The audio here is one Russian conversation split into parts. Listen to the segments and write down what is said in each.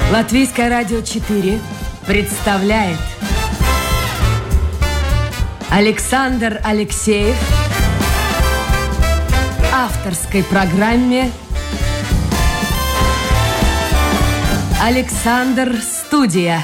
Латвийское радио 4 представляет Александр Алексеев в авторской программе «Александр Студия».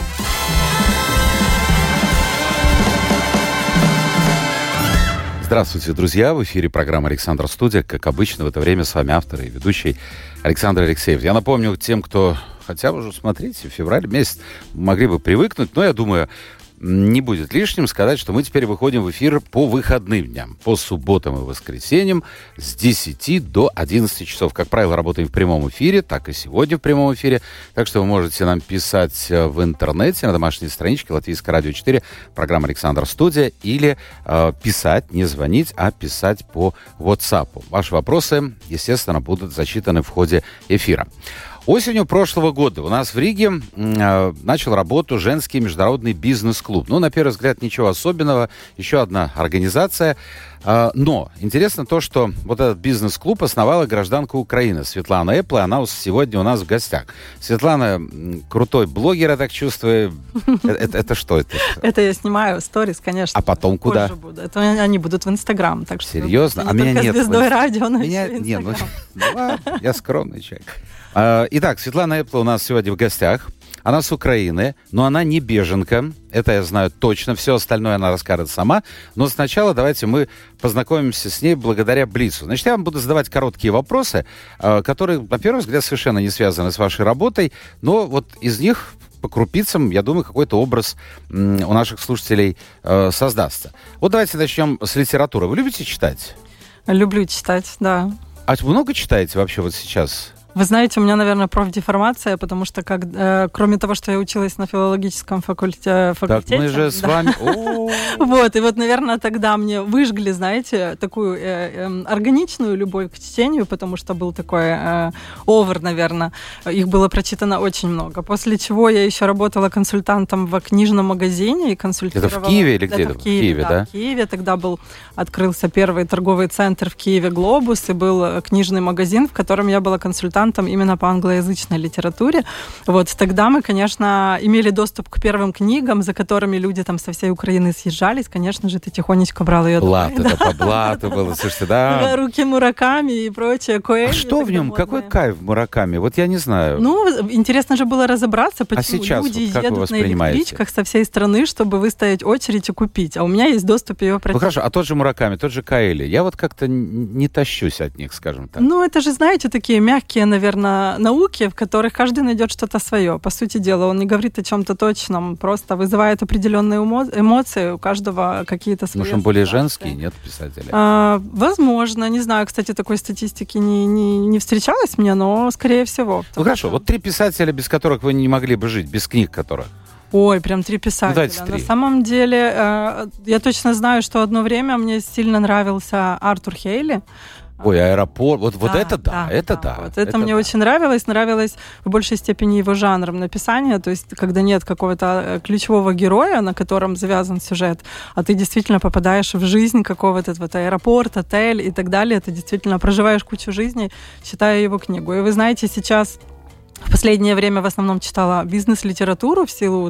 Здравствуйте, друзья! В эфире программа «Александр Студия». Как обычно, в это время с вами автор и ведущий Александр Алексеев. Я напомню тем, кто... Хотя уже, смотрите, февраль месяц, могли бы привыкнуть, но я думаю, не будет лишним сказать, что мы теперь выходим в эфир по выходным дням, по субботам и воскресеньям с 10 до 11 часов. Как правило, работаем в прямом эфире, так и сегодня в прямом эфире. Так что вы можете нам писать в интернете, на домашней страничке Латвийское радио 4, программа «Александр Студия», или писать, не звонить, а писать по WhatsApp. Ваши вопросы, естественно, будут зачитаны в ходе эфира. Осенью прошлого года у нас в Риге начал работу женский международный бизнес-клуб. Ну, на первый взгляд, ничего особенного. Еще одна организация. Но интересно то, что вот этот бизнес-клуб основала гражданка Украины Светлана Эппл, и она сегодня у нас в гостях. Светлана крутой блогер, я так чувствую. Это что это? Это я снимаю сторис, конечно. А потом куда? Это они будут в Инстаграм. Серьезно? А меня нет. Звездой радио, но меня нет. Я скромный человек. Итак, Светлана Эппл у нас сегодня в гостях. Она с Украины, но она не беженка. Это я знаю точно. Все остальное она расскажет сама. Но сначала давайте мы познакомимся с ней благодаря Блицу. Значит, я вам буду задавать короткие вопросы, которые, на первый взгляд, совершенно не связаны с вашей работой. Но вот из них по крупицам, я думаю, какой-то образ у наших слушателей создастся. Вот давайте начнем с литературы. Вы любите читать? Люблю читать, да. А много читаете вообще вот сейчас? Вы знаете, у меня, наверное, профдеформация, потому что, кроме того, что я училась на филологическом факультете... Так мы же с вами... Вот, и вот, наверное, тогда мне выжгли, знаете, такую органичную любовь к чтению, потому что был такой овер, наверное. Их было прочитано очень много. После чего я еще работала консультантом в книжном магазине и консультировала... Это в Киеве или где-то? В Киеве, да. В Киеве. Тогда открылся первый торговый центр в Киеве «Глобус», и был книжный магазин, в котором я была консультантом именно по англоязычной литературе. Вот тогда мы, конечно, имели доступ к первым книгам, за которыми люди там со всей Украины съезжались. Конечно же, ты тихонечко брал ее домой. Блат, это по блату было, слушайте, да. Руки Мураками и прочее. Коэльо. А что в нем? Какой кайф в Мураками? Вот я не знаю. Ну, интересно же было разобраться, почему сейчас люди вот едут на электричках со всей страны, чтобы выстоять очередь и купить. А у меня есть доступ ее прочитать. Ну хорошо, а тот же Мураками, тот же Коэльо, я вот как-то не тащусь от них, скажем так. Ну, это же, знаете, такие мягкие, наверное, науки, в которых каждый найдет что-то свое. По сути дела, он не говорит о чем-то точном, просто вызывает определенные эмоции, у каждого какие-то свои. Может, он более женский, нет, писателя? Возможно, не знаю, кстати, такой статистики не встречалось мне, но скорее всего. Ну хорошо, вот 3 писателя, без которых вы не могли бы жить, без книг которых. Ой, прям 3 писателя. Ну, 3. На самом деле, я точно знаю, что одно время мне сильно нравился Артур Хейли. Ой, «Аэропорт», вот это да. Вот это мне очень нравилось в большей степени его жанром написания, то есть когда нет какого-то ключевого героя, на котором завязан сюжет, а ты действительно попадаешь в жизнь какого-то вот аэропорт, отель и так далее, ты действительно проживаешь кучу жизней, читая его книгу. И вы знаете, сейчас в последнее время в основном читала бизнес-литературу в силу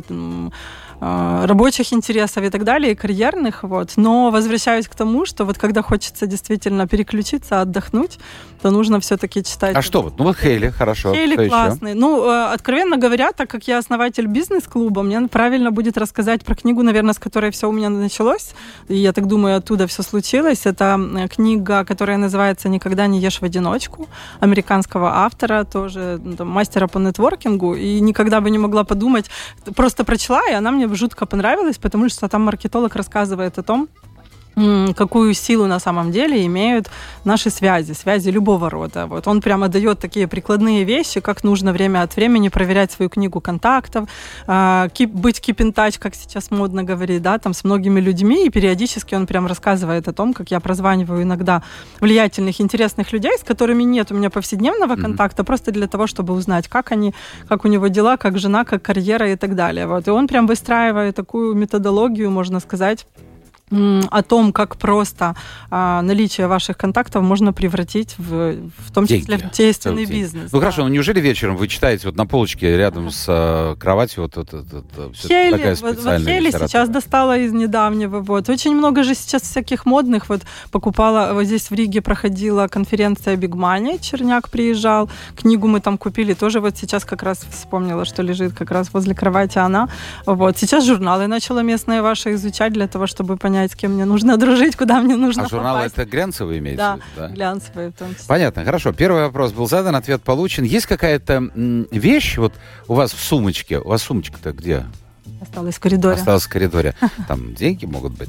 рабочих интересов и так далее, и карьерных, вот. Но возвращаюсь к тому, что вот когда хочется действительно переключиться, отдохнуть, то нужно все-таки читать. А что вот? Ну вот Хейли, хорошо. Хейли классный. Еще? Ну, откровенно говоря, так как я основатель бизнес-клуба, мне правильно будет рассказать про книгу, наверное, с которой все у меня началось, и я так думаю, оттуда все случилось. Это книга, которая называется «Никогда не ешь в одиночку», американского автора, тоже мастера по нетворкингу, и никогда бы не могла подумать, просто прочла, и она мне жутко понравилась, потому что там маркетолог рассказывает о том, какую силу на самом деле имеют наши связи любого рода. Вот он прямо дает такие прикладные вещи, как нужно время от времени проверять свою книгу контактов, быть keep in touch, как сейчас модно говорить, да, там с многими людьми, и периодически он прям рассказывает о том, как я прозваниваю иногда влиятельных, интересных людей, с которыми нет у меня повседневного контакта, просто для того, чтобы узнать, как они, как у него дела, как жена, как карьера и так далее. Вот. И он прям выстраивает такую методологию, можно сказать, о том, как просто наличие ваших контактов можно превратить в том числе в действенный бизнес. Ну хорошо, но неужели вечером вы читаете вот на полочке рядом с кроватью Хейли, такая специальная Хейли литература? Сейчас достала из недавнего. Очень много же сейчас всяких модных. Покупала, вот здесь в Риге проходила конференция Big Money, Черняк приезжал. Книгу мы там купили, тоже вот сейчас как раз вспомнила, что лежит как раз возле кровати она. Сейчас журналы начала местные ваши изучать для того, чтобы понять, с кем мне нужно дружить, куда мне нужно попасть. Журналы это глянцевые имеете? Да, глянцевые в том числе. Понятно, хорошо. Первый вопрос был задан, ответ получен. Есть какая-то вещь вот у вас в сумочке? У вас сумочка-то где? Осталась в коридоре. Осталась в коридоре. Там деньги могут быть.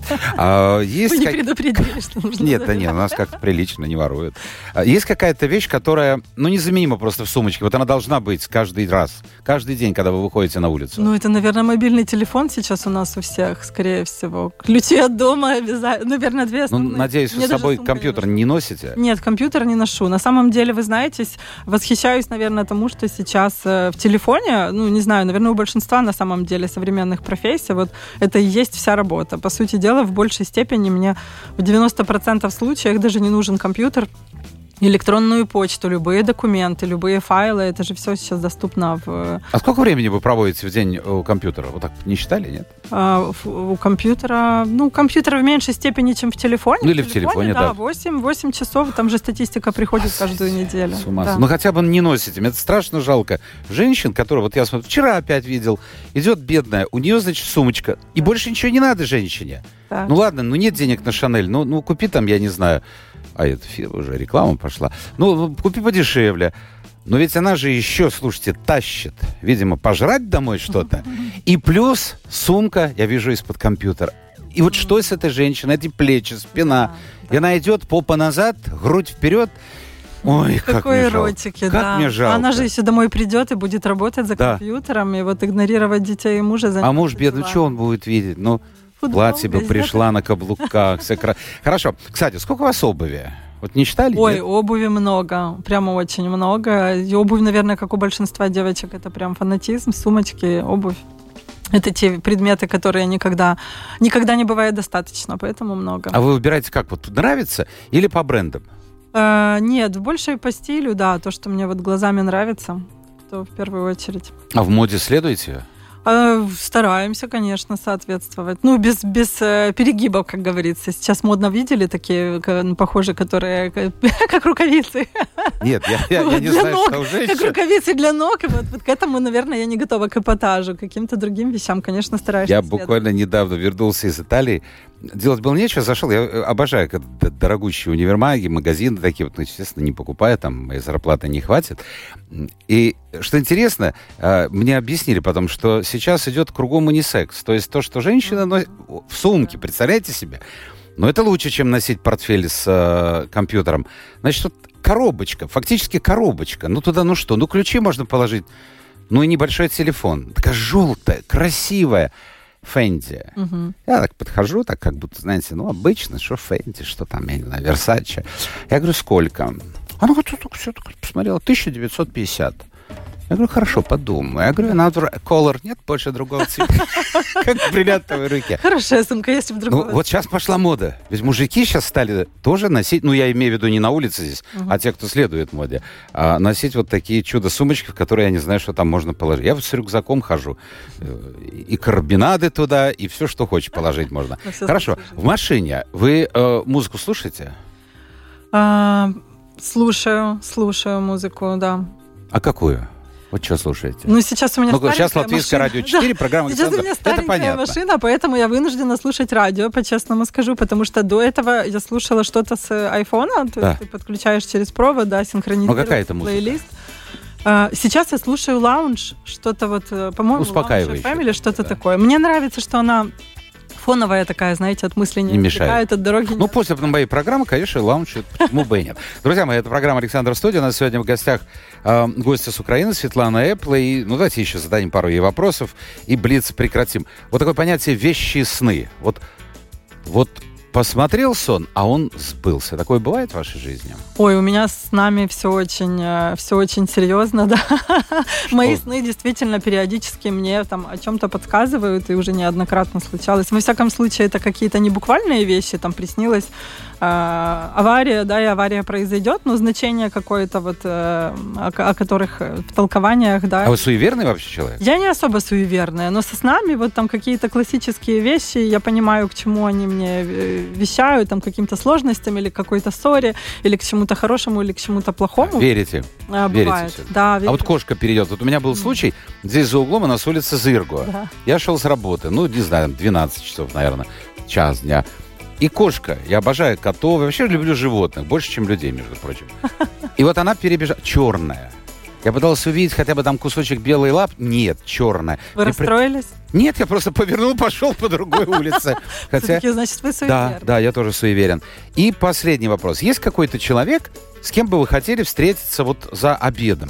Вы не предупредили, что нужно Нет, у нас как-то прилично, не воруют. Есть какая-то вещь, которая, незаменима просто в сумочке. Вот она должна быть каждый раз, каждый день, когда вы выходите на улицу. Это, наверное, мобильный телефон сейчас у нас у всех, скорее всего. Ключи от дома обязательно. Наверное, две основные. Надеюсь, вы с собой компьютер не носите? Нет, компьютер не ношу. На самом деле, вы знаете, восхищаюсь, наверное, тому, что сейчас в телефоне, не знаю, наверное, у большинства на самом деле современных профессий, это и есть вся работа. По сути дела, в большей степени мне в 90% случаев даже не нужен компьютер, электронную почту, любые документы, любые файлы, это же все сейчас доступно в... А сколько времени вы проводите в день у компьютера? Вот так не считали, нет? У компьютера... компьютер в меньшей степени, чем в телефоне. Или в телефоне, да. 8 часов, там же статистика приходит каждую неделю. С ума сойти. Хотя бы не носите. Мне это страшно жалко. Женщин, которые, я смотрю, вчера опять видел, идет бедная, у нее, значит, сумочка, и больше ничего не надо женщине. Так. Ладно, нет денег на Шанель, купи там, я не знаю... А это уже реклама пошла. Купи подешевле. Но ведь она же еще, слушайте, тащит. Видимо, пожрать домой что-то. И плюс сумка, я вижу, из-под компьютера. И вот что с этой женщиной? Эти плечи, спина. И она идет, попа назад, грудь вперед. Ой, какой эротики, да. Как мне жалко. Она же еще домой придет и будет работать за компьютером, и игнорировать детей и мужа. А муж бедный, что он будет видеть? Платье бы пришла на каблуках. Хорошо. Кстати, сколько у вас обуви? Не считали? Ой, обуви много. Прямо очень много. И обувь, наверное, как у большинства девочек, это прям фанатизм. Сумочки, обувь. Это те предметы, которые никогда не бывает достаточно, поэтому много. А вы выбираете как? Нравится или по брендам? Нет, больше по стилю, да. То, что мне глазами нравится, то в первую очередь. А в моде следуете? Стараемся, конечно, соответствовать. Без перегибов, как говорится. Сейчас модно видели такие, похожие, которые как рукавицы. Нет, я не знаю, ног, что у женщин. Как рукавицы для ног. Вот к этому, наверное, я не готова, к эпатажу. К каким-то другим вещам, конечно, стараюсь. Я буквально недавно вернулся из Италии. Делать было нечего, зашел. Я обожаю дорогущие универмаги, магазины такие. Естественно, не покупаю, там моей зарплаты не хватит. И что интересно, мне объяснили потом, что сейчас идет кругом унисекс. То есть то, что женщина носит в сумке, представляете себе? Но это лучше, чем носить портфель с компьютером. Значит, коробочка, фактически коробочка. Туда, ключи можно положить. И небольшой телефон. Такая желтая, красивая. Фенди. Я так подхожу, так как будто, знаете, обычно, что Фенди, что там, я не знаю, Версаче. Я говорю, сколько? Она все посмотрела, 1950. Я говорю, хорошо, подумаю. Я говорю, another color, нет больше другого цвета. Как в бриллиантовой руке. Хорошая сумка, есть в другом. Вот сейчас пошла мода. Ведь мужики сейчас стали тоже носить, я имею в виду не на улице здесь, а те, кто следует моде, носить такие чудо-сумочки, в которые я не знаю, что там можно положить. Я с рюкзаком хожу. И карабинады туда, и все, что хочешь, положить можно. Хорошо. В машине вы музыку слушаете? Слушаю музыку, да. А какую? Вот что слушаете? Сейчас у меня сейчас Латвийское радио 4, программа Сейчас у меня старенькая машина, поэтому я вынуждена слушать радио, по-честному скажу, потому что до этого я слушала что-то с айфона, то есть ты подключаешь через провод, синхронизируешь плейлист. Сейчас я слушаю лаунж, что-то по-моему, успокаивающее, Family, что-то такое. Мне нравится, что она фоновая такая, знаете, от мысли не мешает, от дороги. После моей программы, конечно, лаунж, почему бы и нет. Друзья мои, это программа «Александр Студия». У нас сегодня в гостях гостья с Украины, Светлана Эппл. И, давайте еще зададим пару ей вопросов и блиц прекратим. Такое понятие «вещи и сны». посмотрел сон, а он сбылся. Такое бывает в вашей жизни? Ой, у меня с нами все очень серьезно, да. Мои сны действительно периодически мне там о чем-то подсказывают, и уже неоднократно случалось. Во всяком случае, это какие-то не буквальные вещи, там приснилось авария, да, и авария произойдет, но значение какое-то вот, о которых в толкованиях, да. А вы суеверный вообще человек? Я не особо суеверная, но со снами вот там какие-то классические вещи, я понимаю, к чему они мне вещают, там, к каким-то сложностям или к какой-то ссоре, или к чему-то хорошему, или к чему-то плохому. Верите? Бывает. Верите? Да, верю. А вот кошка перейдет. Вот у меня был случай, здесь за углом у нас улица Зыргуа. Да. Я шел с работы, не знаю, 12 часов, наверное, час дня. И кошка, я обожаю котов, вообще люблю животных, больше, чем людей, между прочим. И вот она перебежала, черная. Я пытался увидеть хотя бы там кусочек белой лап. Нет, черная. Вы расстроились? Нет, я просто повернул, пошел по другой улице. Все-таки, значит, вы суеверны. Да, я тоже суеверен. И последний вопрос. Есть какой-то человек, с кем бы вы хотели встретиться вот за обедом?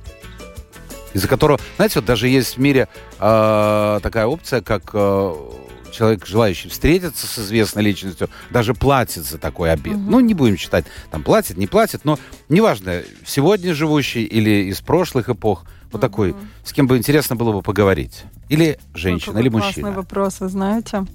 Из-за которого, знаете, вот даже есть в мире такая опция, как человек, желающий встретиться с известной личностью, даже платит за такой обед. Не будем считать, там, платит, не платит, но неважно, сегодня живущий или из прошлых эпох, вот такой, с кем бы интересно было бы поговорить. Или женщина, или мужчина. Классный вопрос, вы знаете.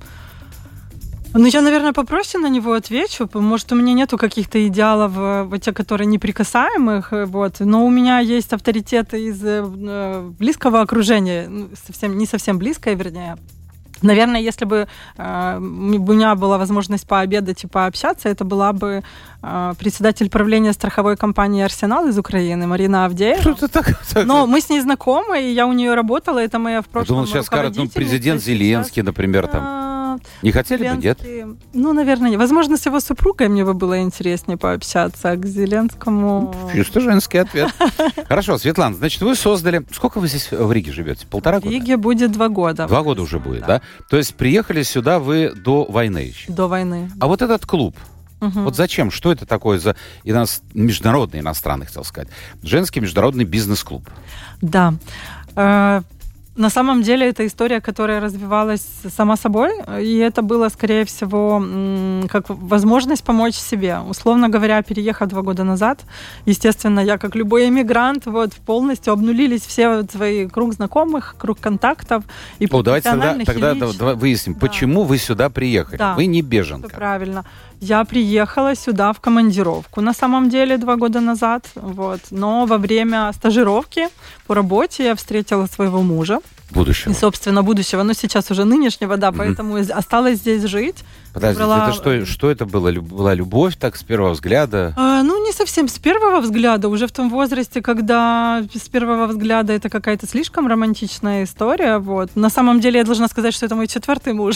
Я, наверное, попроще на него отвечу. Может, у меня нету каких-то идеалов, те, которые неприкасаемых, вот. Но у меня есть авторитеты из близкого окружения, не совсем близкое, вернее. Наверное, если бы у меня была возможность пообедать и пообщаться, это была бы председатель правления страховой компании «Арсенал» из Украины, Марина Авдеева. Что это так? Но мы с ней знакомы, и я у нее работала, это моя в прошлом руководительница. Я думал, сейчас скажут, президент Зеленский, например, там. Не хотели бы, нет? Наверное, нет. Возможно, с его супругой мне бы было интереснее пообщаться, а к Зеленскому... Чисто женский ответ. Хорошо, Светлана, значит, вы создали... Сколько вы здесь в Риге живете? 1,5 года? В Риге будет 2 года. 2 года уже будет, да? То есть приехали сюда вы до войны еще? До войны. А вот этот клуб, вот зачем? Что это такое за международный, иностранный, хотел сказать, женский международный бизнес-клуб? Да. На самом деле, это история, которая развивалась сама собой, и это было, скорее всего, как возможность помочь себе. Условно говоря, переехав 2 года назад, естественно, я, как любой иммигрант, полностью обнулились все свои круг знакомых, круг контактов и профессиональных, тогда выясним, почему вы сюда приехали. Да, вы не беженка. Правильно. Я приехала сюда в командировку, на самом деле, 2 года назад. Но во время стажировки по работе я встретила своего мужа. Будущего. И, собственно, будущего, но сейчас уже нынешнего, да, поэтому осталась здесь жить. Подождите, это что это было? Была любовь так с первого взгляда? Не совсем с первого взгляда, уже в том возрасте, когда с первого взгляда это какая-то слишком романтичная история, На самом деле я должна сказать, что это мой 4-й муж.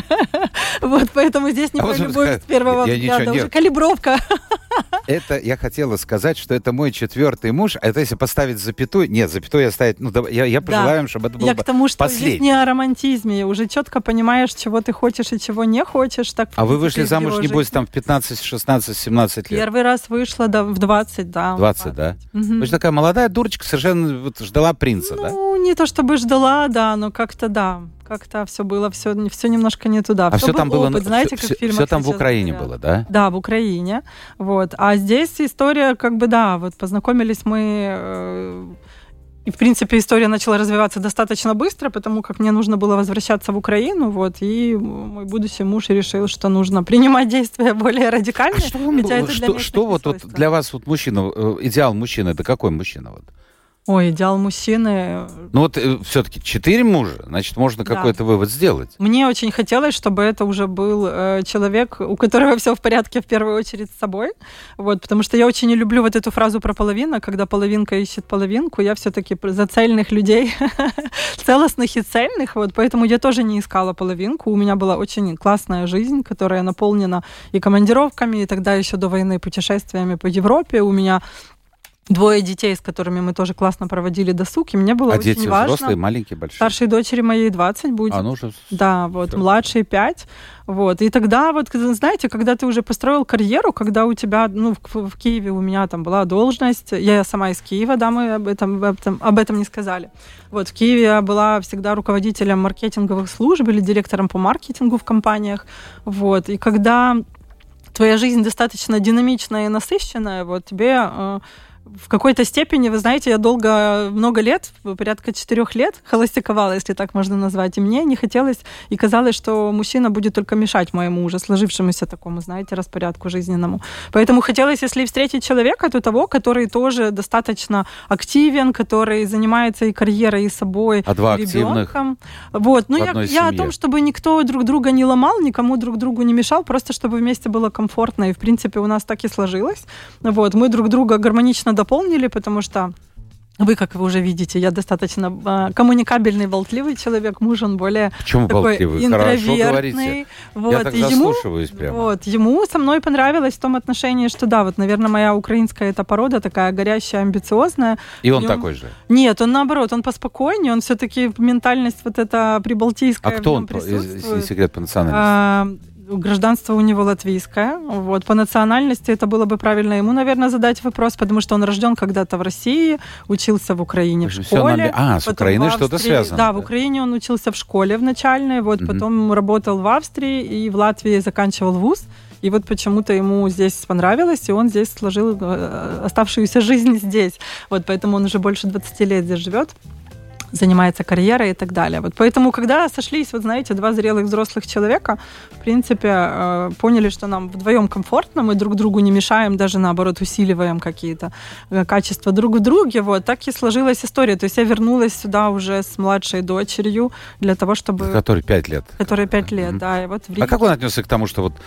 Поэтому здесь не про любовь с первого взгляда, уже калибровка. Это я хотела сказать, что это мой 4-й муж, а это если поставить запятую... Нет, запятую я ставить... я пожелаю, чтобы это было к тому, что последний. Здесь не о романтизме, уже четко понимаешь, чего ты хочешь и чего не хочешь. Так, а вы вышли замуж, небось, там в 15, 16, 17 лет? Первый раз вышла в 20, да. 20, да? Вы же такая молодая дурочка, совершенно ждала принца, да? Не то чтобы ждала, да, но как-то, да. Как-то все было, все немножко не туда. А все там было, знаете, как в фильмах все там в Украине было, да? Да, в Украине. А здесь история, познакомились мы... И, в принципе, история начала развиваться достаточно быстро, потому как мне нужно было возвращаться в Украину, и мой будущий муж решил, что нужно принимать действия более радикальные. Что для вас мужчина, идеал мужчины, это какой мужчина? Ой, идеал мужчины... все-таки 4 мужа, значит, можно какой-то вывод сделать. Мне очень хотелось, чтобы это уже был человек, у которого все в порядке в первую очередь с собой, потому что я очень не люблю эту фразу про половину, когда половинка ищет половинку, я все-таки за цельных людей, целостных и цельных, поэтому я тоже не искала половинку, у меня была очень классная жизнь, которая наполнена и командировками, и тогда еще до войны путешествиями по Европе, у меня 2 детей, с которыми мы тоже классно проводили досуг, и мне было очень дети важно. взрослые, маленькие, большие? Старшей дочери моей 20 будет. Уже... Да, вот, младшей 5. Вот. И тогда, вот, знаете, когда ты уже построил карьеру, когда у тебя, в Киеве у меня там была должность, я сама из Киева, да, мы об этом не сказали. Вот, в Киеве я была всегда руководителем маркетинговых служб или директором по маркетингу в компаниях. Вот. И когда твоя жизнь достаточно динамичная и насыщенная, вот, тебе... В какой-то степени, вы знаете, я много лет, порядка 4 лет холостяковала, если так можно назвать, и мне не хотелось, и казалось, что мужчина будет только мешать моему уже сложившемуся такому, знаете, распорядку жизненному. Поэтому хотелось, если встретить человека, то того, который тоже достаточно активен, который занимается и карьерой, и собой, и ребенком. Активных вот. Я о том, чтобы никто друг друга не ломал, никому друг другу не мешал, просто чтобы вместе было комфортно, и в принципе у нас так и сложилось. Вот. Мы друг друга гармонично дополнили, потому что вы, как вы уже видите, я достаточно коммуникабельный, болтливый человек, муж, он более Почему такой болтливый? интровертный. Хорошо говорите. Вот. Я так заслушиваюсь прямо. Вот. Ему со мной понравилось в том отношении, что да, вот, наверное, моя украинская эта порода такая горящая, амбициозная. И он такой же? Нет, он наоборот, он поспокойнее, он все-таки ментальность вот эта прибалтийская. А кто он, если секрет, по национальности? Гражданство у него латвийское. Вот. По национальности это было бы правильно ему, наверное, задать вопрос, потому что он рожден когда-то в России, учился в Украине в школе. С Украиной что-то связано. Да, в Украине он учился в школе в начальной, вот, потом работал в Австрии и в Латвии заканчивал вуз. И вот почему-то ему здесь понравилось, и он здесь сложил оставшуюся жизнь здесь. Вот, поэтому он уже больше 20 лет здесь живет, занимается карьерой и так далее. Вот поэтому, когда сошлись, вот знаете, 2 зрелых взрослых человека, в принципе, поняли, что нам вдвоем комфортно, мы друг другу не мешаем, даже наоборот усиливаем какие-то качества друг в друге, вот, так и сложилась история. То есть я вернулась сюда уже с младшей дочерью для того, чтобы... Которой 5 лет. Которой 5 лет, да. И вот А как он отнесся к тому, что вот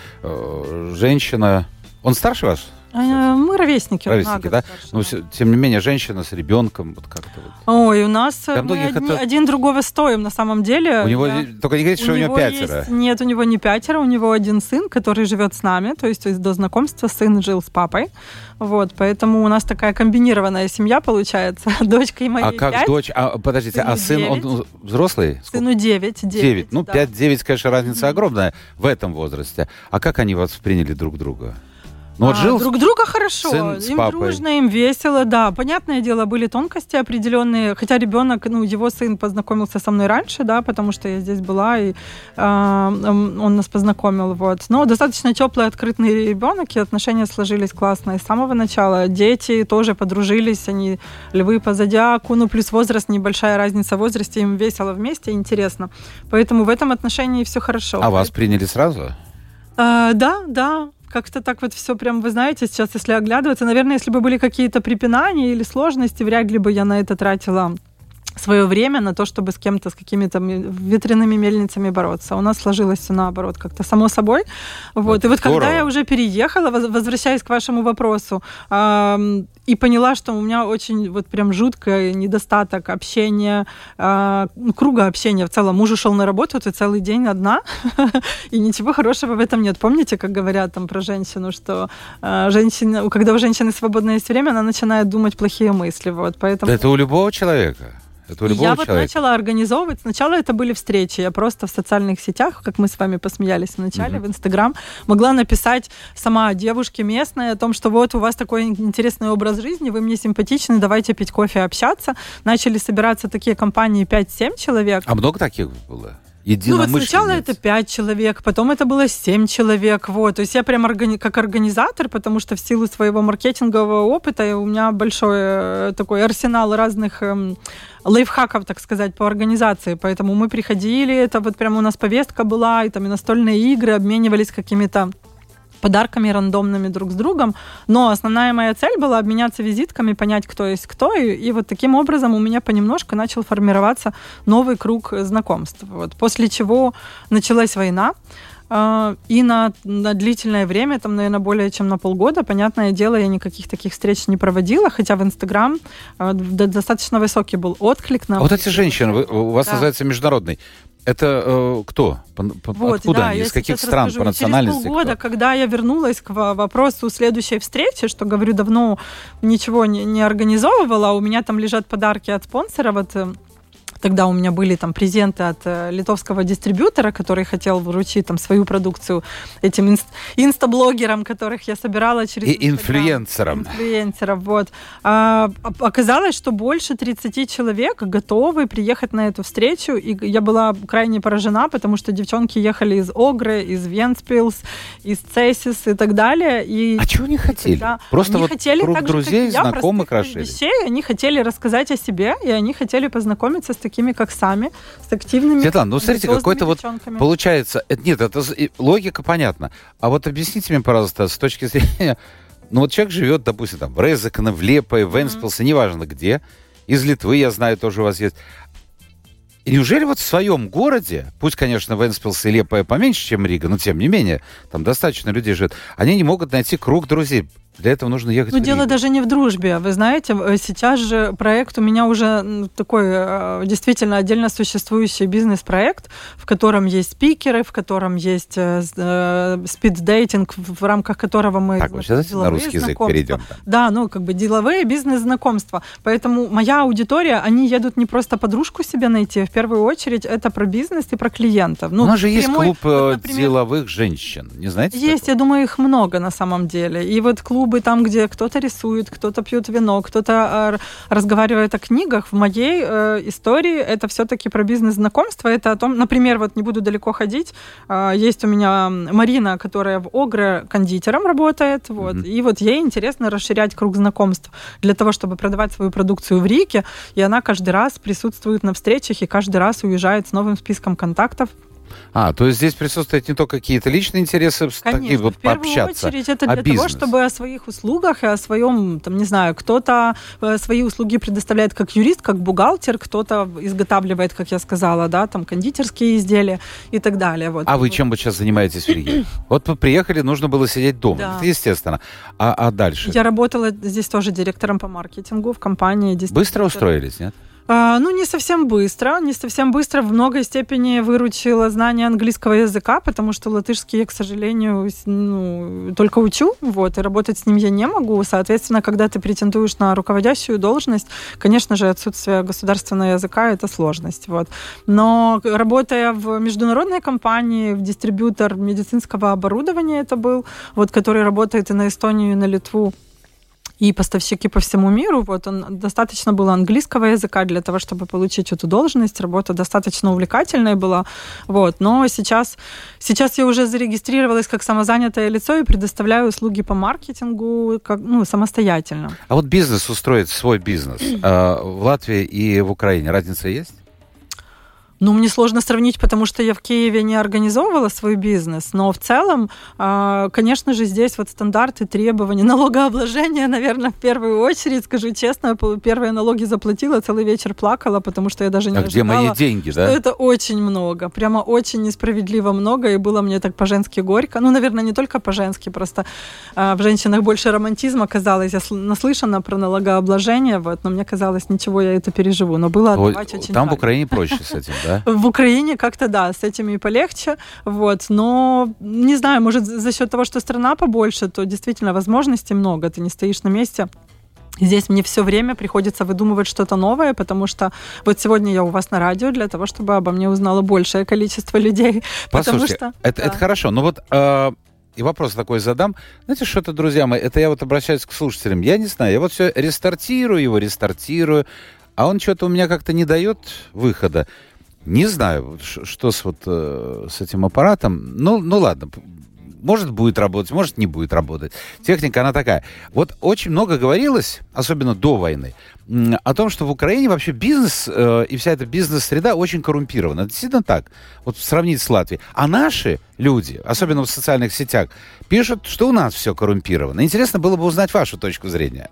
женщина... Он старше вас? Мы ровесники. Ровесники, да? Но, тем не менее, женщина с ребенком, вот как-то вот. Ой, у нас мы один другого стоим, на самом деле. У него, только не говорите, что у него 5. Нет, у него не 5, у него 1 сын, который живет с нами, то есть до знакомства сын жил с папой. Вот, поэтому у нас такая комбинированная семья получается. Дочка и моей 5. А как дочь? Подождите, сыну сын, 9. он взрослый? Сыну 9. 9. Ну, да. 5-9, конечно, разница огромная в этом возрасте. А как они восприняли друг друга? Ну, вот жил друг друга хорошо, им дружно, им весело, да. Понятное дело, были тонкости определенные, хотя ребенок, его сын познакомился со мной раньше, да, потому что я здесь была, и он нас познакомил, вот. Но достаточно теплый, открытый ребенок, и отношения сложились классно с самого начала. Дети тоже подружились, они львы по зодиаку, плюс возраст, небольшая разница в возрасте, им весело вместе, интересно. Поэтому в этом отношении все хорошо. А вас приняли сразу? Да. Как-то так вот все прям, вы знаете, сейчас, если оглядываться, наверное, если бы были какие-то препинания или сложности, вряд ли бы я на это тратила свое время на то, чтобы с кем-то, с какими-то ветряными мельницами бороться. У нас сложилось все наоборот, как-то само собой. Вот. И вот когда я уже переехала, возвращаясь к вашему вопросу, и поняла, что у меня очень вот прям жуткий недостаток общения, круга общения в целом. Муж ушел на работу, ты целый день одна, и ничего хорошего в этом нет. Помните, как говорят там про женщину, что когда у женщины свободное есть время, она начинает думать плохие мысли. Вот, поэтому... Это у любого человека. Я вот начала организовывать. Сначала это были встречи. Я просто в социальных сетях, как мы с вами посмеялись вначале, в Инстаграм, могла написать сама девушке местной о том, что вот у вас такой интересный образ жизни, вы мне симпатичны, давайте пить кофе, общаться. Начали собираться такие компании 5-7 человек. А много таких было? Вот сначала это 5 человек, потом это было 7 человек. Вот. То есть я прям как организатор, потому что в силу своего маркетингового опыта у меня большой такой арсенал разных лайфхаков, так сказать, по организации. Поэтому мы приходили, это вот прям у нас повестка была, и там и настольные игры, обменивались какими-то подарками рандомными друг с другом, но основная моя цель была обменяться визитками, понять, кто есть кто, и вот таким образом у меня понемножку начал формироваться новый круг знакомств. Вот. После чего началась война, и на длительное время, там, наверное, более чем на полгода, понятное дело, я никаких таких встреч не проводила, хотя в Инстаграм достаточно высокий был отклик. Вот эти женщины, у вас называется международный. Это кто? Вот, откуда да, они? я Из каких сейчас стран, расскажу. по национальности? Через полгода, кто? когда я вернулась к вопросу следующей встречи, что, говорю, давно ничего не организовывала, у меня там лежат подарки от спонсора, вот тогда у меня были там презенты от литовского дистрибьютора, который хотел вручить там свою продукцию этим инстаблогерам, которых я собирала через инфлюенсерам. Инфлюенсеров, вот. Оказалось, что больше 30 человек готовы приехать на эту встречу, и я была крайне поражена, потому что девчонки ехали из Огры, из Вентспилс, из Цесис и так далее. И а чего они хотели? Просто они вот хотели круг так же, друзей, как я, знакомых расширить? Вещей, они хотели рассказать о себе, и они хотели познакомиться с такими, как сами, с активными. Светлана, ну смотрите, какой-то вот получается... Нет, это логика понятна. А вот объясните мне, пожалуйста, с точки зрения... Ну вот человек живет, допустим, там в Резекне, в Лепое, в Вентспилсе, неважно где. Из Литвы, я знаю, тоже у вас есть. И неужели вот в своем городе, пусть, конечно, Вентспилс и Лепое поменьше, чем Рига, но тем не менее, там достаточно людей живет, они не могут найти круг друзей? Для этого нужно ехать в Ригу. Дело даже не в дружбе. Вы знаете, сейчас же проект у меня уже такой действительно отдельно существующий бизнес-проект, в котором есть спикеры, в котором есть спид-дейтинг, в рамках которого мы... Так, вот сейчас на русский язык перейдем. Да, ну как бы деловые бизнес-знакомства. Поэтому моя аудитория, они едут не просто подружку себе найти, в первую очередь это про бизнес и про клиентов. Ну, у нас же есть клуб деловых женщин, не знаете? Есть, я думаю, их много на самом деле. И вот клубы там, где кто-то рисует, кто-то пьет вино, кто-то разговаривает о книгах. В моей истории это все-таки про бизнес-знакомство. Это о том, например, вот не буду далеко ходить, есть у меня Марина, которая в Огре кондитером работает, вот, и вот ей интересно расширять круг знакомств для того, чтобы продавать свою продукцию в Риге, и она каждый раз присутствует на встречах и каждый раз уезжает с новым списком контактов. То есть здесь присутствуют не только какие-то личные интересы, такие вот пообщаться, в первую очередь это для того, чтобы о своих услугах и о своем, там, не знаю, кто-то свои услуги предоставляет как юрист, как бухгалтер, кто-то изготавливает, как я сказала, да, там, кондитерские изделия и так далее. Вот. А вы чем вы сейчас занимаетесь в Риге? Вот вы приехали, нужно было сидеть дома, да. Это естественно. А дальше? Я работала здесь тоже директором по маркетингу в компании. Быстро устроились, нет? Ну, не совсем быстро. В многой степени выручило знание английского языка, потому что латышский я, к сожалению, только учу, вот, и работать с ним я не могу. Соответственно, когда ты претендуешь на руководящую должность, конечно же, отсутствие государственного языка – это сложность. Вот. Но работая в международной компании, в дистрибьютор медицинского оборудования это был, вот, который работает и на Эстонию, и на Литву, и поставщики по всему миру, вот, достаточно было английского языка для того, чтобы получить эту должность. Работа достаточно увлекательная была. Вот. Но сейчас я уже зарегистрировалась как самозанятое лицо и предоставляю услуги по маркетингу самостоятельно. А вот бизнес устроить, свой бизнес в Латвии и в Украине, разница есть? Ну, мне сложно сравнить, потому что я в Киеве не организовывала свой бизнес, но в целом, конечно же, здесь вот стандарты, требования, налогообложения, наверное, в первую очередь, скажу честно, первые налоги заплатила, целый вечер плакала, потому что я даже не ожидала, где мои деньги, что это очень много, прямо очень несправедливо много, и было мне так по-женски горько. Ну, наверное, не только по-женски, просто в женщинах больше романтизма казалось, я наслышана про налогообложение, вот, но мне казалось, ничего, я это переживу, но было отдавать очень Там жаль. в Украине проще с этим, да? В Украине как-то, да, с этим и полегче, вот, но, не знаю, может, за счет того, что страна побольше, то действительно возможностей много, ты не стоишь на месте. Здесь мне все время приходится выдумывать что-то новое, потому что вот сегодня я у вас на радио для того, чтобы обо мне узнало большее количество людей. Послушайте, это хорошо, но вот... И вопрос такой задам. Знаете, что-то, друзья мои, это я вот обращаюсь к слушателям. Я не знаю, я вот все рестартирую, а он что-то у меня как-то не дает выхода. Не знаю, что с этим аппаратом. Ну, ладно. Может, будет работать, может, не будет работать. Техника, она такая. Вот очень много говорилось, особенно до войны, о том, что в Украине вообще бизнес и вся эта бизнес-среда очень коррумпирована. Это действительно так. Вот сравнить с Латвией. А наши люди, особенно в социальных сетях, пишут, что у нас все коррумпировано. Интересно было бы узнать вашу точку зрения.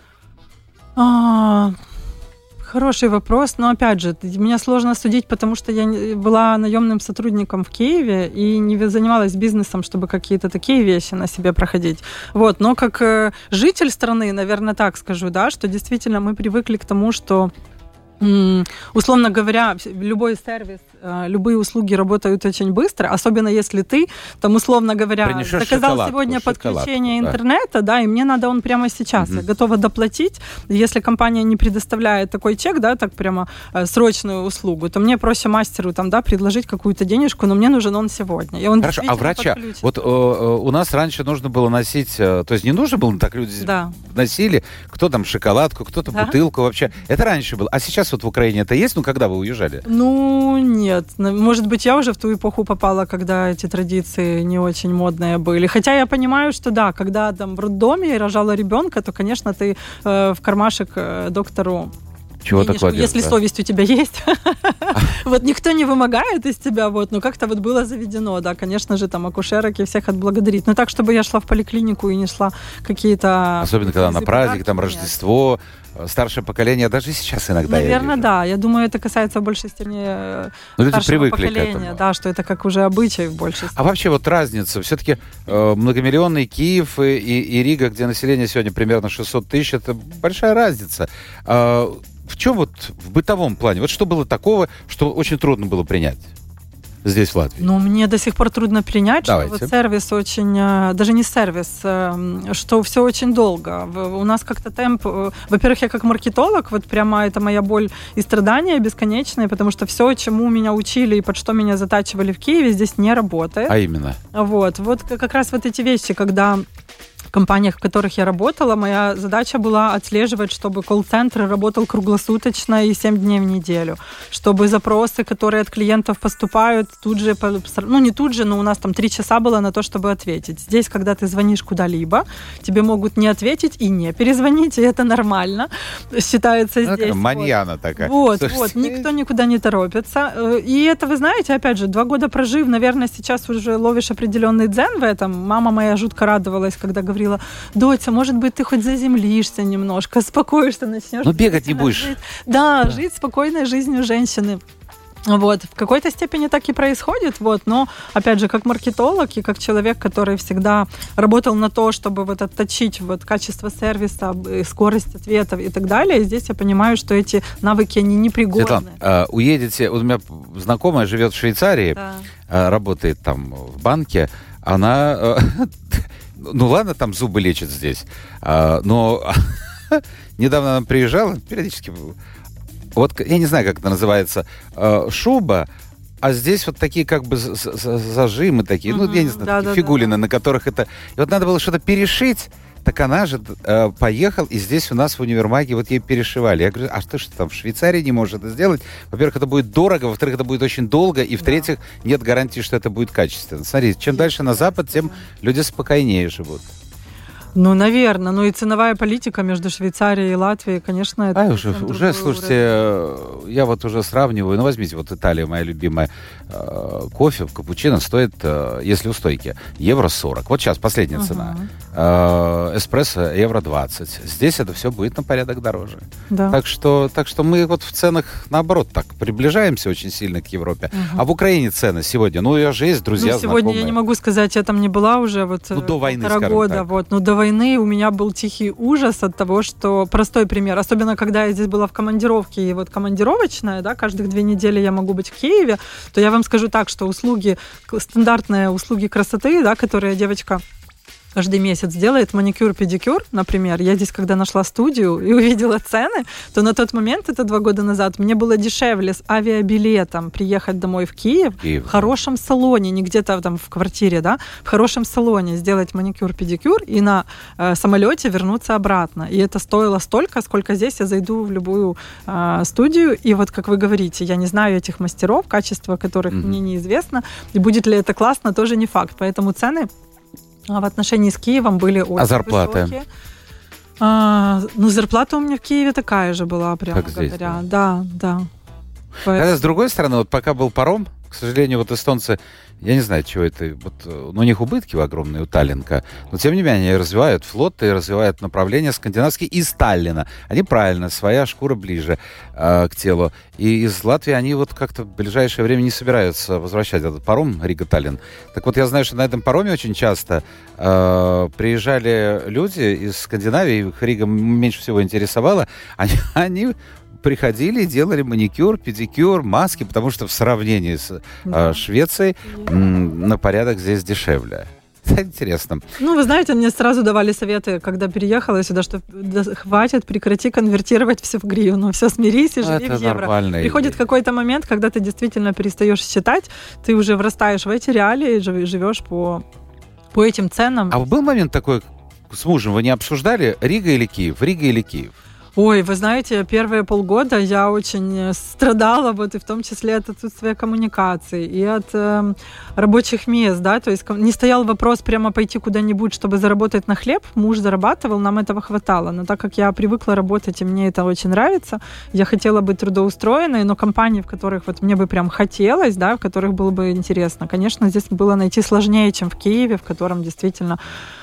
Хороший вопрос, но опять же, меня сложно судить, потому что я была наемным сотрудником в Киеве и не занималась бизнесом, чтобы какие-то такие вещи на себе проходить. Вот, но как житель страны, наверное, так скажу, да, что действительно мы привыкли к тому, что, условно говоря, любой сервис любые услуги работают очень быстро, особенно если ты, там, условно говоря, принесешь заказал сегодня подключение интернета, да, и мне надо он прямо сейчас. Я готова доплатить. Если компания не предоставляет такой чек, да, так прямо срочную услугу, то мне проще мастеру там, да, предложить какую-то денежку, но мне нужен он сегодня. И он Хорошо, а врача? Подключит. Вот у нас раньше нужно было носить, то есть не нужно было, так люди носили, кто там шоколадку, кто-то бутылку вообще. Это раньше было. А сейчас вот в Украине это есть? Ну, когда вы уезжали? Ну, нет. Может быть, я уже в ту эпоху попала, когда эти традиции не очень модные были. Хотя я понимаю, что да, когда там в роддоме я рожала ребенка, то, конечно, ты в кармашек доктору чего-то кладешь, если совесть у тебя есть. Вот никто не вымогает из тебя, вот, но как-то вот было заведено, да, конечно же, там, акушерок и всех отблагодарить. Но так, чтобы я шла в поликлинику и несла какие-то... Особенно, когда на праздник, там, Рождество, старшее поколение, даже сейчас иногда. Наверное, да. Я думаю, это касается в большей степени старшего поколения, да, что это как уже обычай в большей степени. А вообще вот разница, все-таки многомиллионный Киев и Рига, где население сегодня примерно 600 тысяч, это большая разница. В чем вот в бытовом плане? Вот что было такого, что очень трудно было принять здесь, в Латвии? Ну, мне до сих пор трудно принять, что вот сервис очень... Даже не сервис, что все очень долго. У нас как-то темп... Во-первых, я как маркетолог, вот прямо это моя боль и страдания бесконечные, потому что все, чему меня учили и под что меня затачивали в Киеве, здесь не работает. А именно? Вот как раз вот эти вещи, когда... В компаниях, в которых я работала, моя задача была отслеживать, чтобы колл-центр работал круглосуточно и 7 дней в неделю. Чтобы запросы, которые от клиентов поступают, тут же, ну не тут же, но у нас там 3 часа было на то, чтобы ответить. Здесь, когда ты звонишь куда-либо, тебе могут не ответить и не перезвонить, и это нормально, считается здесь. Маньяна такая. Вот, никто никуда не торопится. И это, вы знаете, опять же, 2 года прожив, наверное, сейчас уже ловишь определенный дзен в этом. Мама моя жутко радовалась, когда говорила: «Дотя, может быть, ты хоть заземлишься немножко, успокоишься, начнешь...» Ну, бегать не будешь. Жить спокойной жизнью женщины. Вот, в какой-то степени так и происходит, вот, но, опять же, как маркетолог и как человек, который всегда работал на то, чтобы вот отточить вот качество сервиса, скорость ответов и так далее, здесь я понимаю, что эти навыки, они непригодны. Светлана, уедете, у меня знакомая живет в Швейцарии, работает там в банке, она... Ну ладно, там зубы лечат здесь, но недавно она приезжала, периодически, вот я не знаю, как это называется, шуба, а здесь вот такие как бы зажимы такие, ну я не знаю, такие фигулины, на которых это... И вот надо было что-то перешить, так она же поехала, и здесь у нас в универмаге вот ей перешивали. Я говорю, а что там в Швейцарии не может это сделать? Во-первых, это будет дорого, во-вторых, это будет очень долго, и в-третьих, нет гарантии, что это будет качественно. Смотри, чем дальше на запад, тем люди спокойнее живут. Ну, наверное. Ну и ценовая политика между Швейцарией и Латвией, конечно, это... уже, слушайте, я вот уже сравниваю. Ну, возьмите, вот Италия, моя любимая, кофе в капучино стоит, если у стойки, евро 40. Вот сейчас последняя цена. Эспрессо евро 20. Здесь это все будет на порядок дороже. Да. Так что мы вот в ценах, наоборот, так приближаемся очень сильно к Европе. А в Украине цены сегодня? Ну, у меня же есть друзья, сегодня знакомые. Я не могу сказать, я там не была уже вот до войны, года. Так. Вот, но до войны у меня был тихий ужас от того, что... Простой пример. Особенно, когда я здесь была в командировке, и вот командировочная, да, каждых 2 недели я могу быть в Киеве, то я вам скажу так, что услуги, стандартные услуги красоты, да, которые девочка каждый месяц делает, маникюр, педикюр, например. Я здесь, когда нашла студию и увидела цены, то на тот момент, это 2 года назад, мне было дешевле с авиабилетом приехать домой в Киев в хорошем салоне, не где-то там в квартире, да, в хорошем салоне сделать маникюр, педикюр и на самолете вернуться обратно. И это стоило столько, сколько здесь я зайду в любую студию. И вот, как вы говорите, я не знаю этих мастеров, качество которых мне неизвестно, и будет ли это классно, тоже не факт. Поэтому цены в отношении с Киевом были очень зарплаты? Высокие. Ну, зарплата у меня в Киеве такая же была, прямо как говоря. Здесь, да. Хотя, с другой стороны, вот пока был паром, к сожалению, вот эстонцы, я не знаю, чего это, вот, у них убытки огромные у Таллинка, но тем не менее они развивают флот и развивают направление скандинавские из Таллина. Они правильно, своя шкура ближе к телу. И из Латвии они вот как-то в ближайшее время не собираются возвращать этот паром Рига-Таллин. Так вот, я знаю, что на этом пароме очень часто приезжали люди из Скандинавии, их Рига меньше всего интересовала, они приходили и делали маникюр, педикюр, маски, потому что в сравнении с Швецией на порядок здесь дешевле. Это интересно. Ну, вы знаете, мне сразу давали советы, когда переехала сюда, что хватит, прекрати конвертировать все в гривну, все смирись и живи в евро. Приходит какой-то момент, когда ты действительно перестаешь считать, ты уже врастаешь в эти реалии, живешь по этим ценам. А был момент такой с мужем, вы не обсуждали Рига или Киев? Рига или Киев? Ой, вы знаете, первые полгода я очень страдала, вот и в том числе от отсутствия коммуникаций и от рабочих мест, да, то есть не стоял вопрос прямо пойти куда-нибудь, чтобы заработать на хлеб, муж зарабатывал, нам этого хватало, но так как я привыкла работать, и мне это очень нравится, я хотела быть трудоустроенной, но компании, в которых вот мне бы прям хотелось, да, в которых было бы интересно, конечно, здесь было найти сложнее, чем в Киеве, в котором действительно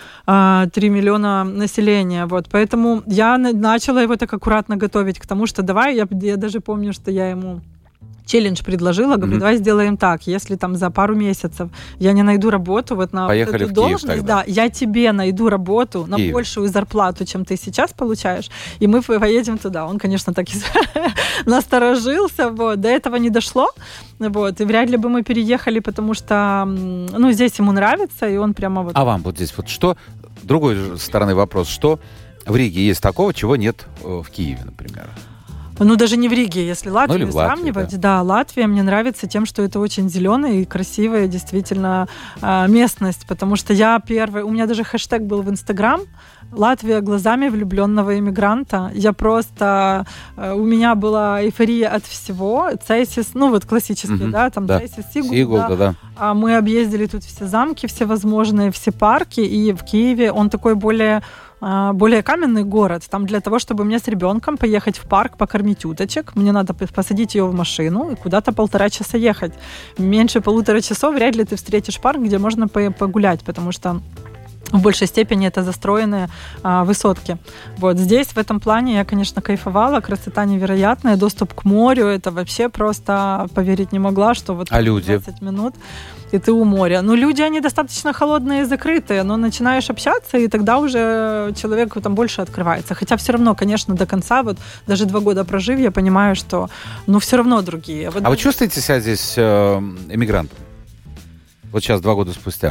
3 миллиона населения, вот, поэтому я начала его так аккуратно готовить к тому, что давай, я даже помню, что я ему челлендж предложила, говорю, давай сделаем так, если там за пару месяцев я не найду работу вот на поехали эту должность, да, я тебе найду работу на большую зарплату, чем ты сейчас получаешь, и мы поедем туда. Он, конечно, так и насторожился, вот, до этого не дошло, вот, и вряд ли бы мы переехали, потому что, ну, здесь ему нравится, и он прямо вот... А вам вот здесь вот что, другой стороны вопрос, что в Риге есть такого, чего нет в Киеве, например? Ну, даже не в Риге, если Латвию сравнивать. Латвии, да, Латвия мне нравится тем, что это очень зеленая и красивая действительно местность, потому что я первый... У меня даже хэштег был в Инстаграм «Латвия глазами влюбленного иммигранта». Я просто... У меня была эйфория от всего. Цейсис, ну, вот классический, да, там Цейсис, Сигулда. Да. Мы объездили тут все замки всевозможные, все парки, и в Киеве он такой более каменный город. Там для того, чтобы мне с ребенком поехать в парк, покормить уточек, мне надо посадить ее в машину и куда-то 1,5 часа ехать. Меньше 1,5 часов вряд ли ты встретишь парк, где можно погулять, потому что в большей степени это застроенные высотки. Вот здесь, в этом плане, я, конечно, кайфовала, красота невероятная, доступ к морю, это вообще просто поверить не могла, что вот 20 минут, и ты у моря. Но люди, они достаточно холодные и закрытые, но начинаешь общаться, и тогда уже человеку там больше открывается. Хотя все равно, конечно, до конца, вот даже 2 года прожив, я понимаю, что, ну, все равно другие. Вот вы чувствуете себя здесь эмигрантом? Вот сейчас, 2 года спустя.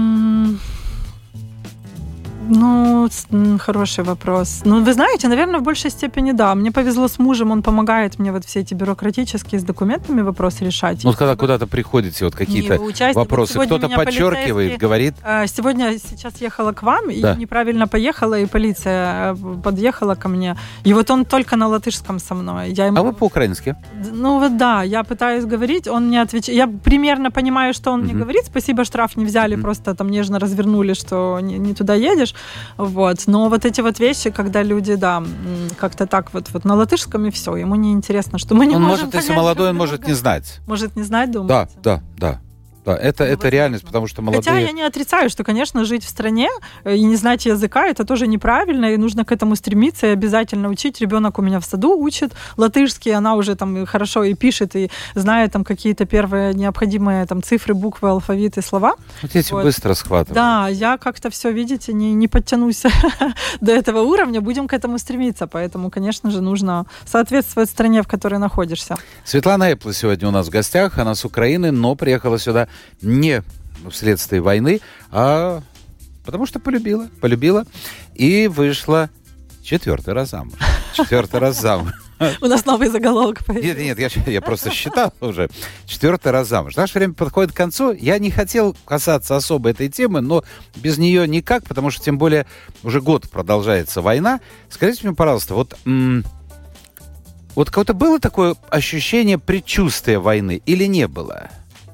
Ну, хороший вопрос. Ну, вы знаете, наверное, в большей степени да. Мне повезло с мужем, он помогает мне вот все эти бюрократические с документами вопросы решать. Ну, когда куда-то приходите, вот какие-то вопросы, вот кто-то подчеркивает, говорит... Сейчас ехала к вам, и неправильно поехала, и полиция подъехала ко мне. И вот он только на латышском со мной. А вы по-украински? Ну, вот да, я пытаюсь говорить, он мне отвечает. Я примерно понимаю, что он мне говорит. Спасибо, штраф не взяли, просто там нежно развернули, что не туда едешь. Вот. Но вот эти вот вещи, когда люди, да, как-то так вот на латышском и все, ему не интересно, что мы не можем понять. Если молодой, он может не знать. Может не знать, думаете? Да. Да, это реальность, потому что молодые... Хотя я не отрицаю, что, конечно, жить в стране и не знать языка, это тоже неправильно, и нужно к этому стремиться, и обязательно учить. Ребенок у меня в саду учит латышский, она уже там хорошо и пишет, и знает там какие-то первые необходимые там цифры, буквы, алфавит и слова. Вот эти быстро схватывают. Да, я как-то все, видите, не подтянусь до этого уровня, будем к этому стремиться, поэтому, конечно же, нужно соответствовать стране, в которой находишься. Светлана Эппла сегодня у нас в гостях, она с Украины, но приехала сюда не вследствие войны, а потому что полюбила и вышла 4-й раз замуж. 4-й раз замуж. У нас новый заголовок появился. Нет, я просто считал уже. 4-й раз замуж. Наше время подходит к концу. Я не хотел касаться особо этой темы, но без нее никак, потому что, тем более, уже год продолжается война. Скажите мне, пожалуйста, вот какое-то было такое ощущение предчувствия войны или не было?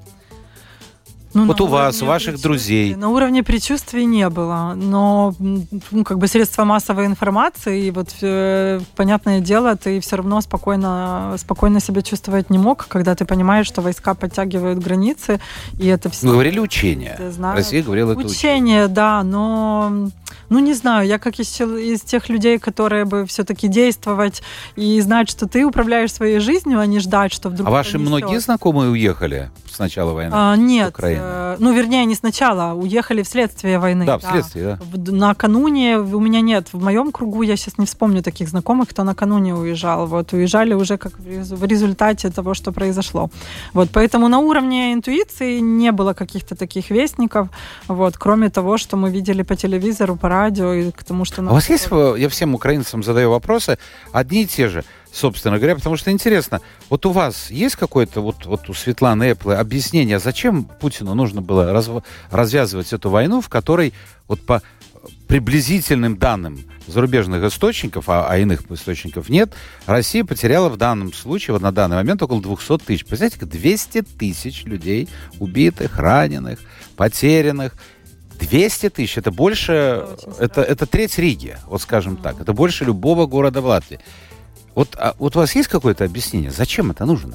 Ну, вот у вас, у ваших друзей. На уровне предчувствий не было, но средства массовой информации, и вот понятное дело, ты все равно спокойно себя чувствовать не мог, когда ты понимаешь, что войска подтягивают границы, и это все... Вы говорили учения. Россия говорила это учение, да, но... Ну, не знаю, я как из тех людей, которые бы все-таки действовать и знать, что ты управляешь своей жизнью, а не ждать, что вдруг... А ваши многие знакомые уехали с начала войны? Нет, Вернее, не сначала, уехали вследствие войны. Да, вследствие, да. Накануне у меня нет, в моем кругу, я сейчас не вспомню таких знакомых, кто накануне уезжал. Вот, уезжали уже как в результате того, что произошло. Вот, поэтому на уровне интуиции не было каких-то таких вестников, вот, кроме того, что мы видели по телевизору, по радио и к тому, что... У вас есть, я всем украинцам задаю вопросы, одни и те же, собственно говоря, потому что интересно, вот у вас есть какое-то, вот у Светланы Эпплы объяснение, зачем Путину нужно было развязывать эту войну, в которой вот по приблизительным данным зарубежных источников, а иных источников нет, Россия потеряла в данном случае, вот на данный момент, около 200 тысяч. Представляете, 200 тысяч людей убитых, раненых, потерянных. 200 тысяч, это больше, это треть Риги, вот скажем так. Это больше любого города в Латвии. Вот у вас есть какое-то объяснение, зачем это нужно?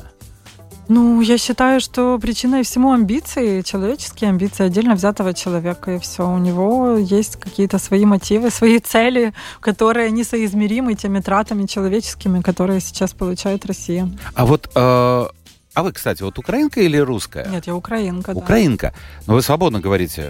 Я считаю, что причиной всему амбиции, человеческие амбиции отдельно взятого человека, и все. У него есть какие-то свои мотивы, свои цели, которые несоизмеримы теми тратами человеческими, которые сейчас получает Россия. А вы, кстати, украинка или русская? Нет, я украинка, да. Украинка. Но вы свободно говорите...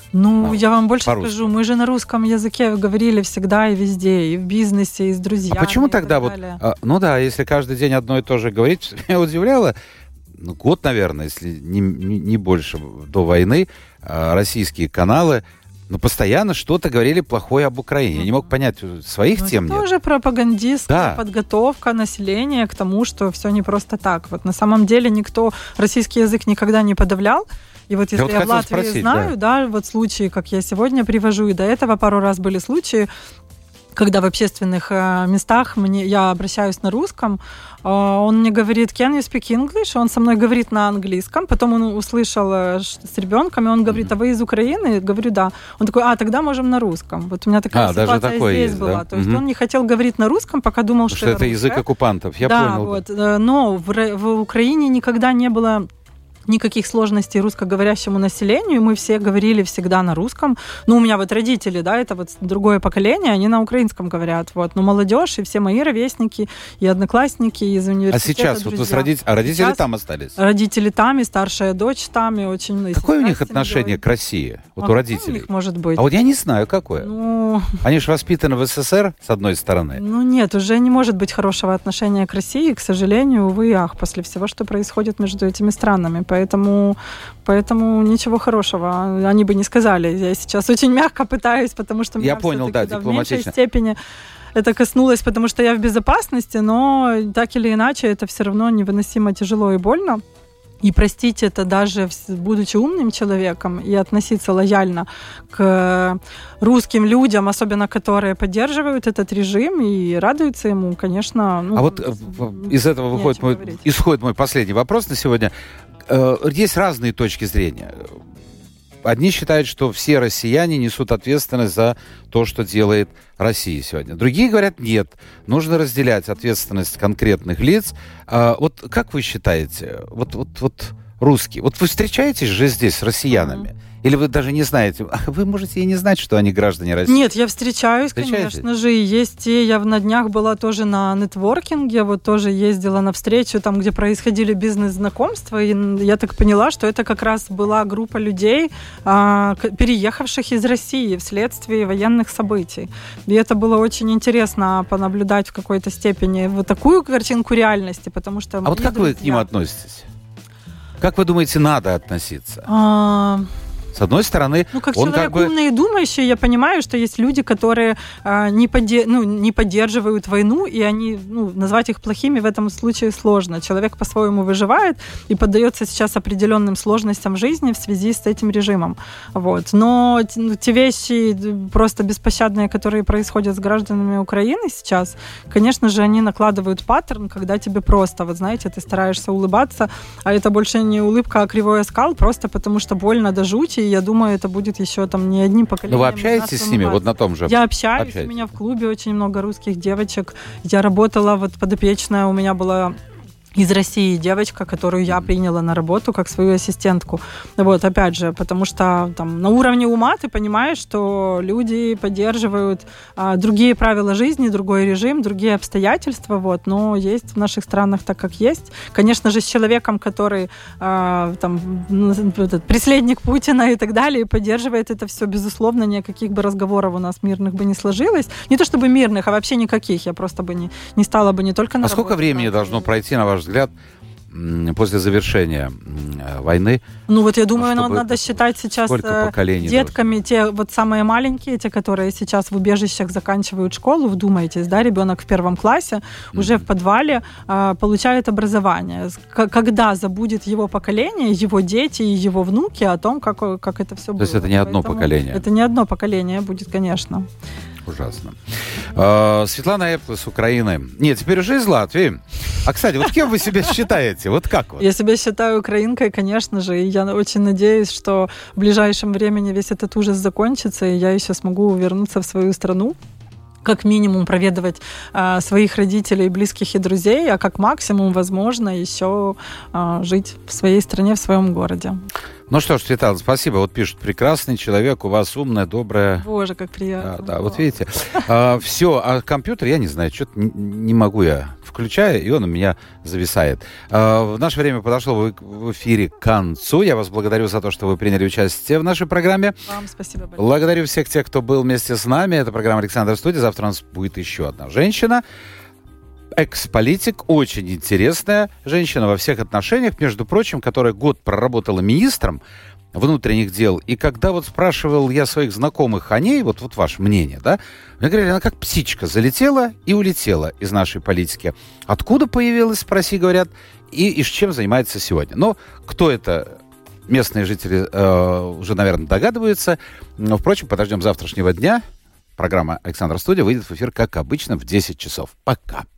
я вам больше по-русски скажу, мы же на русском языке говорили всегда и везде, и в бизнесе, и с друзьями. А почему тогда если каждый день одно и то же говорить, меня удивляло, год, наверное, если не больше до войны, российские каналы постоянно что-то говорили плохое об Украине. Я не мог понять, своих тем нет. Это тоже пропагандистская подготовка населения к тому, что все не просто так. Вот на самом деле никто российский язык никогда не подавлял. И вот если я в Латвии знаю, вот случаи, как я сегодня привожу, и до этого пару раз были случаи, когда в общественных местах я обращаюсь на русском, он мне говорит, can you speak English? Он со мной говорит на английском, потом он услышал с ребенком, и он говорит, а вы из Украины? Говорю, да. Он такой, тогда можем на русском. Вот у меня такая ситуация здесь есть, была. Да? То есть он не хотел говорить на русском, пока думал, что это язык оккупантов, я понял. Вот. Но в Украине никогда не было никаких сложностей русскоговорящему населению, мы все говорили всегда на русском. У меня вот родители, это вот другое поколение, они на украинском говорят, но молодежь и все мои ровесники и одноклассники из университета. А сейчас вот вы с родители сейчас там остались? Родители там, и старшая дочь там, и очень... Какое у них отношение к России? У родителей? У них может быть? А вот я не знаю, какое. Они же воспитаны в СССР, с одной стороны. Нет, уже не может быть хорошего отношения к России, к сожалению, увы и ах, после всего, что происходит между этими странами. Поэтому ничего хорошего они бы не сказали. Я сейчас очень мягко пытаюсь, потому что меня в меньшей степени это коснулось, потому что я в безопасности, но так или иначе это все равно невыносимо тяжело и больно. И простить это даже будучи умным человеком и относиться лояльно к русским людям, особенно которые поддерживают этот режим и радуются ему, конечно. Из этого исходит мой последний вопрос на сегодня. Есть разные точки зрения. Одни считают, что все россияне несут ответственность за то, что делает Россия сегодня. Другие говорят, нет, нужно разделять ответственность конкретных лиц. Вот как вы считаете, русские, вы встречаетесь же здесь с россиянами? Или вы даже не знаете? Вы можете и не знать, что они граждане России. Нет, я встречаюсь, конечно же. И есть я на днях была тоже на нетворкинге, тоже ездила на встречу, там, где происходили бизнес-знакомства. И я так поняла, что это как раз была группа людей, переехавших из России вследствие военных событий. И это было очень интересно понаблюдать в какой-то степени вот такую картинку реальности, потому что... А как вы к ним относитесь? Как вы думаете, надо относиться? С одной стороны, как человек умный и думающий, я понимаю, что есть люди, которые не поддерживают войну, и они, назвать их плохими в этом случае сложно. Человек по-своему выживает и поддается сейчас определенным сложностям жизни в связи с этим режимом. Но те вещи просто беспощадные, которые происходят с гражданами Украины сейчас, конечно же, они накладывают паттерн, когда тебе просто, ты стараешься улыбаться, а это больше не улыбка, а кривой оскал, просто потому что больно до жути. Я думаю, это будет еще не одним поколением. Но вы общаетесь с ними на том же? Я общаюсь. У меня в клубе очень много русских девочек. Я работала подопечная, у меня была из России девочка, которую я приняла на работу как свою ассистентку. Вот, опять же, потому что там на уровне ума ты понимаешь, что люди поддерживают другие правила жизни, другой режим, другие обстоятельства, вот, но есть в наших странах так, как есть. Конечно же, с человеком, который преследник Путина и так далее, и поддерживает это все, безусловно, никаких бы разговоров у нас мирных бы не сложилось. Не то чтобы мирных, а вообще никаких. Я просто бы не стала бы не только на работу. А сколько времени должно пройти, на ваш взгляд, после завершения войны? Ну вот я думаю, надо считать сейчас детками, те вот самые маленькие, те, которые сейчас в убежищах заканчивают школу, вдумайтесь, да, ребенок в 1 классе уже в подвале получает образование. Когда забудет его поколение, его дети и его внуки о том, как это все было. То есть это не одно поколение? Это не одно поколение будет, конечно. Ужасно. Светлана Эппл с Украины. Нет, теперь уже из Латвии. А, кстати, вот кем вы себя считаете? Вот как вот? Я себя считаю украинкой, конечно же, и я очень надеюсь, что в ближайшем времени весь этот ужас закончится, и я еще смогу вернуться в свою страну, как минимум проведывать своих родителей, близких и друзей, а как максимум, возможно, еще жить в своей стране, в своем городе. Ну что ж, Светлана, спасибо. Вот пишут, прекрасный человек, у вас умная, добрая. Боже, как приятно. Да, вот видите. Все, а компьютер, я не знаю, что-то не могу я. Включаю, и он у меня зависает. В наше время подошло в эфире к концу. Я вас благодарю за то, что вы приняли участие в нашей программе. Вам спасибо большое. Благодарю всех тех, кто был вместе с нами. Это программа «Александр Студия». Завтра у нас будет еще одна женщина. Экс-политик, очень интересная женщина во всех отношениях, между прочим, которая год проработала министром внутренних дел. И когда вот спрашивал я своих знакомых о ней, вот ваше мнение, да, мне говорили, она как птичка залетела и улетела из нашей политики. Откуда появилась, спроси, говорят, и с чем занимается сегодня. Но кто это, местные жители уже, наверное, догадываются. Но, впрочем, подождем завтрашнего дня. Программа «Александр Студия» выйдет в эфир, как обычно, в 10 часов. Пока.